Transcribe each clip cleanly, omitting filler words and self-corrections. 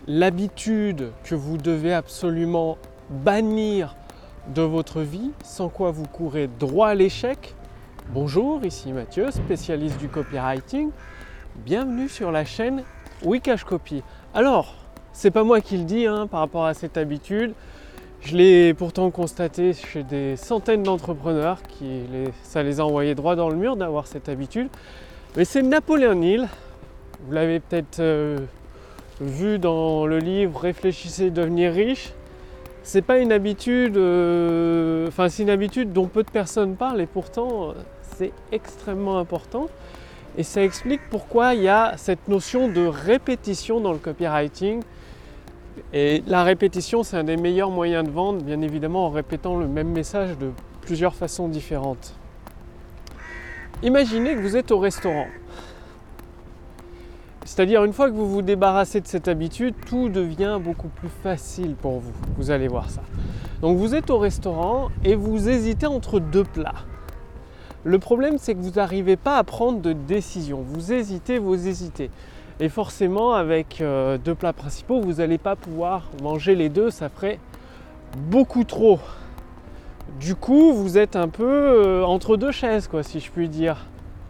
l'habitude que vous devez absolument bannir de votre vie, sans quoi vous courez droit à l'échec. Bonjour, ici Mathieu, spécialiste du copywriting. Bienvenue sur la chaîne Wikash Copy. Alors, c'est pas moi qui le dis par rapport à cette habitude. Je l'ai pourtant constaté chez des centaines d'entrepreneurs ça les a envoyés droit dans le mur d'avoir cette habitude. Mais c'est Napoléon Hill, vous l'avez peut-être vu dans le livre Réfléchissez, devenir riche. C'est pas une habitude, c'est une habitude dont peu de personnes parlent et pourtant c'est extrêmement important. Et ça explique pourquoi il y a cette notion de répétition dans le copywriting. Et la répétition, c'est un des meilleurs moyens de vendre, bien évidemment en répétant le même message de plusieurs façons différentes. Imaginez que vous êtes au restaurant. C'est-à-dire, une fois que vous vous débarrassez de cette habitude, tout devient beaucoup plus facile pour vous. Vous allez voir ça. Donc vous êtes au restaurant et vous hésitez entre deux plats. Le problème, c'est que vous n'arrivez pas à prendre de décision. Vous hésitez. Et forcément, avec deux plats principaux, vous n'allez pas pouvoir manger les deux, ça ferait beaucoup trop. Du coup, vous êtes un peu entre deux chaises, si je puis dire.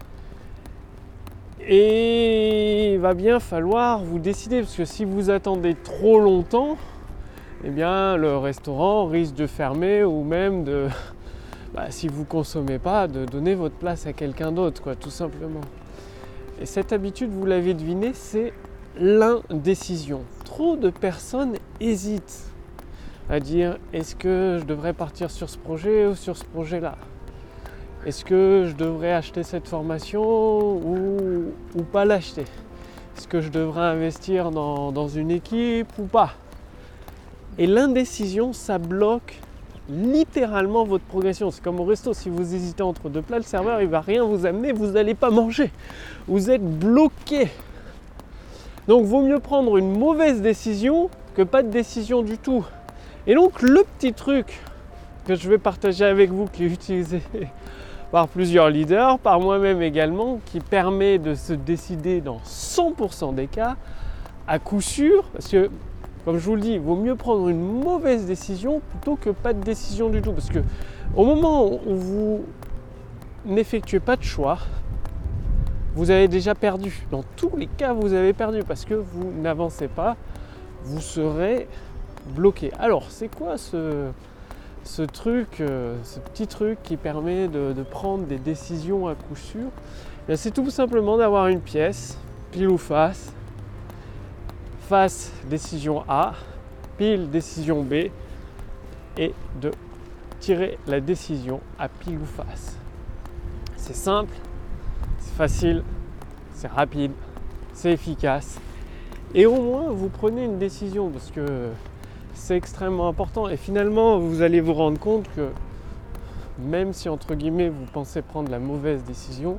Et il va bien falloir vous décider, parce que si vous attendez trop longtemps, eh bien le restaurant risque de fermer ou même si vous ne consommez pas, de donner votre place à quelqu'un d'autre, tout simplement. Et cette habitude, vous l'avez deviné, c'est l'indécision. Trop de personnes hésitent à dire est-ce que je devrais partir sur ce projet ou sur ce projet-là ? Est-ce que je devrais acheter cette formation ou pas l'acheter ? Est-ce que je devrais investir dans une équipe ou pas ? Et l'indécision, ça bloque littéralement votre progression. C'est comme au resto, si vous hésitez entre deux plats, le serveur il va rien vous amener, vous n'allez pas manger. Vous êtes bloqué. Donc vaut mieux prendre une mauvaise décision que pas de décision du tout. Et donc le petit truc que je vais partager avec vous, qui est utilisé par plusieurs leaders, par moi-même également, qui permet de se décider dans 100% des cas, à coup sûr, parce que, comme je vous le dis, il vaut mieux prendre une mauvaise décision plutôt que pas de décision du tout. Parce que au moment où vous n'effectuez pas de choix, vous avez déjà perdu. Dans tous les cas, vous avez perdu parce que vous n'avancez pas, vous serez bloqué. Alors, c'est quoi ce petit truc qui permet de prendre des décisions à coup sûr? C'est tout simplement d'avoir une pièce, pile ou face. Face, décision A, pile, décision B, et de tirer la décision à pile ou face. C'est simple, c'est facile, c'est rapide, c'est efficace. Et au moins, vous prenez une décision parce que c'est extrêmement important. Et finalement, vous allez vous rendre compte que même si, entre guillemets, vous pensez prendre la mauvaise décision,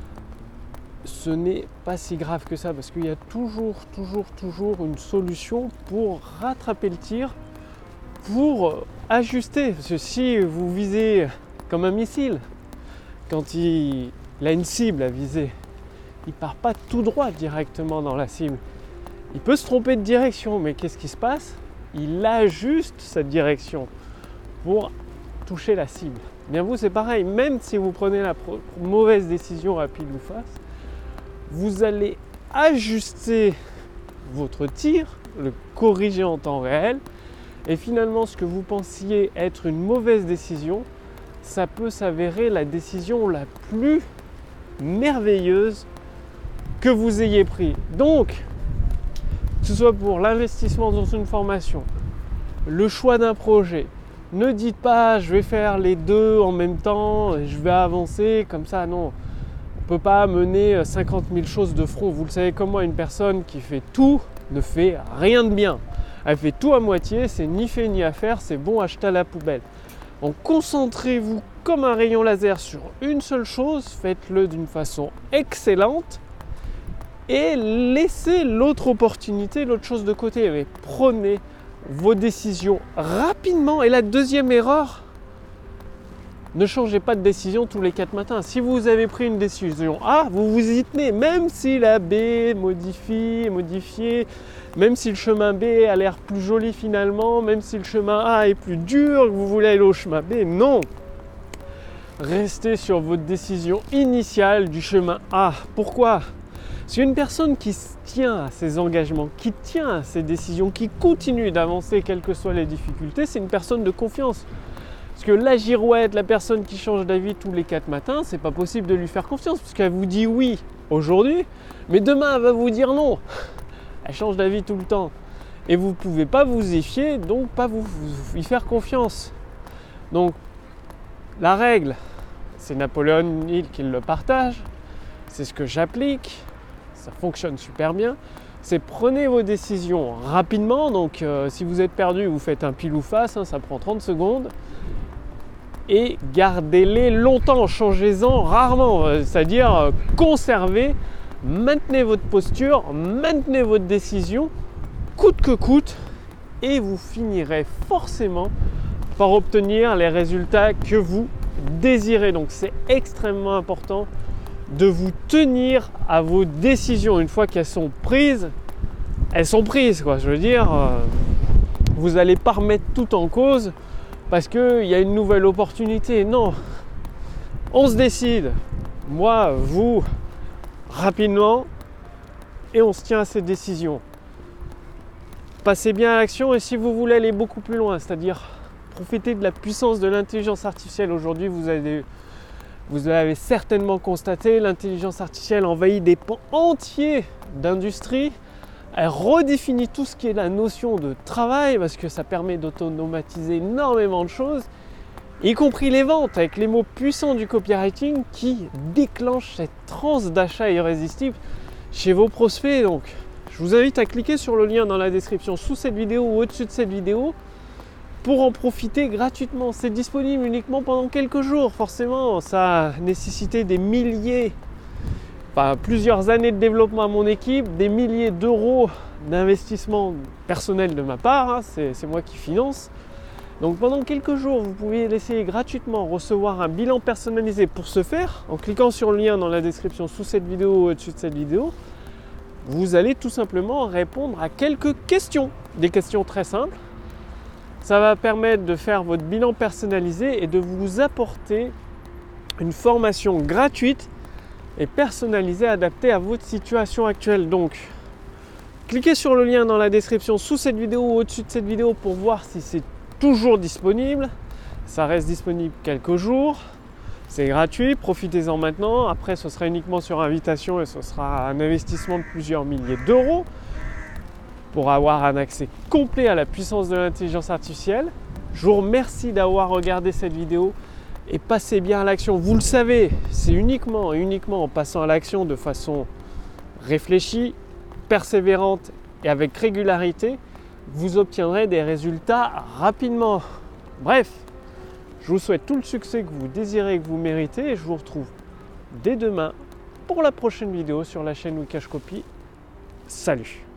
ce n'est pas si grave que ça parce qu'il y a toujours une solution pour rattraper le tir, pour ajuster. Parce que si vous visez comme un missile, quand il a une cible à viser, il ne part pas tout droit directement dans la cible. Il peut se tromper de direction, mais qu'est-ce qui se passe ? Il ajuste sa direction pour toucher la cible. Bien vous, c'est pareil, même si vous prenez la mauvaise décision à pile ou face, vous allez ajuster votre tir, le corriger en temps réel, et finalement ce que vous pensiez être une mauvaise décision, ça peut s'avérer la décision la plus merveilleuse que vous ayez prise. Donc, que ce soit pour l'investissement dans une formation, le choix d'un projet, ne dites pas je vais faire les deux en même temps, je vais avancer comme ça, non. On ne peut pas mener 50 000 choses de front. Vous le savez comme moi, une personne qui fait tout ne fait rien de bien. Elle fait tout à moitié, c'est ni fait ni à faire, c'est bon, acheter à la poubelle. Donc concentrez-vous comme un rayon laser sur une seule chose, faites-le d'une façon excellente et laissez l'autre opportunité, l'autre chose de côté. Mais prenez vos décisions rapidement. Et la deuxième erreur, Ne changez pas de décision tous les 4 matins. Si vous avez pris une décision A, vous vous y tenez, même si la B est modifiée, même si le chemin B a l'air plus joli finalement, même si le chemin A est plus dur, que vous voulez aller au chemin B, non. Restez sur votre décision initiale du chemin A. Pourquoi ? Parce qu'une personne qui tient à ses engagements, qui tient à ses décisions, qui continue d'avancer quelles que soient les difficultés, c'est une personne de confiance. Parce que la girouette, la personne qui change d'avis tous les 4 matins, c'est pas possible de lui faire confiance, parce qu'elle vous dit oui aujourd'hui, mais demain elle va vous dire non. Elle change d'avis tout le temps. Et vous ne pouvez pas vous y fier, donc pas vous y faire confiance. Donc la règle, c'est Napoléon Hill qui le partage, c'est ce que j'applique, ça fonctionne super bien, c'est prenez vos décisions rapidement, donc si vous êtes perdu, vous faites un pile ou face, hein, ça prend 30 secondes, et gardez-les longtemps, changez-en rarement, c'est-à-dire conservez, maintenez votre posture, maintenez votre décision, coûte que coûte, et vous finirez forcément par obtenir les résultats que vous désirez. Donc c'est extrêmement important de vous tenir à vos décisions. Une fois qu'elles sont prises, elles sont prises, quoi. Je veux dire, vous n'allez pas remettre tout en cause parce qu'il y a une nouvelle opportunité. Non, on se décide, moi, vous, rapidement, et on se tient à ces décisions. Passez bien à l'action, et si vous voulez aller beaucoup plus loin, c'est-à-dire profiter de la puissance de l'intelligence artificielle. Aujourd'hui, vous avez certainement constaté, l'intelligence artificielle envahit des pans entiers d'industrie. Elle redéfinit tout ce qui est la notion de travail, parce que ça permet d'automatiser énormément de choses, y compris les ventes, avec les mots puissants du copywriting qui déclenchent cette transe d'achat irrésistible chez vos prospects. Donc, je vous invite à cliquer sur le lien dans la description sous cette vidéo ou au-dessus de cette vidéo pour en profiter gratuitement. C'est disponible uniquement pendant quelques jours. Forcément, ça a nécessité des milliers, plusieurs années de développement à mon équipe, des milliers d'euros d'investissement personnel de ma part, hein, c'est moi qui finance. Donc pendant quelques jours, vous pouvez l'essayer gratuitement, recevoir un bilan personnalisé. Pour ce faire, en cliquant sur le lien dans la description sous cette vidéo ou au-dessus de cette vidéo, vous allez tout simplement répondre à quelques questions, des questions très simples. Ça va permettre de faire votre bilan personnalisé et de vous apporter une formation gratuite et personnalisée, adaptée à votre situation actuelle. Donc, cliquez sur le lien dans la description sous cette vidéo ou au-dessus de cette vidéo pour voir si c'est toujours disponible. Ça reste disponible quelques jours. C'est gratuit, profitez-en maintenant. Après, ce sera uniquement sur invitation et ce sera un investissement de plusieurs milliers d'euros pour avoir un accès complet à la puissance de l'intelligence artificielle. Je vous remercie d'avoir regardé cette vidéo et passez bien à l'action. Vous le savez, c'est uniquement en passant à l'action de façon réfléchie, persévérante et avec régularité, vous obtiendrez des résultats rapidement. Bref, je vous souhaite tout le succès que vous désirez et que vous méritez et je vous retrouve dès demain pour la prochaine vidéo sur la chaîne Wikash Copy. Salut!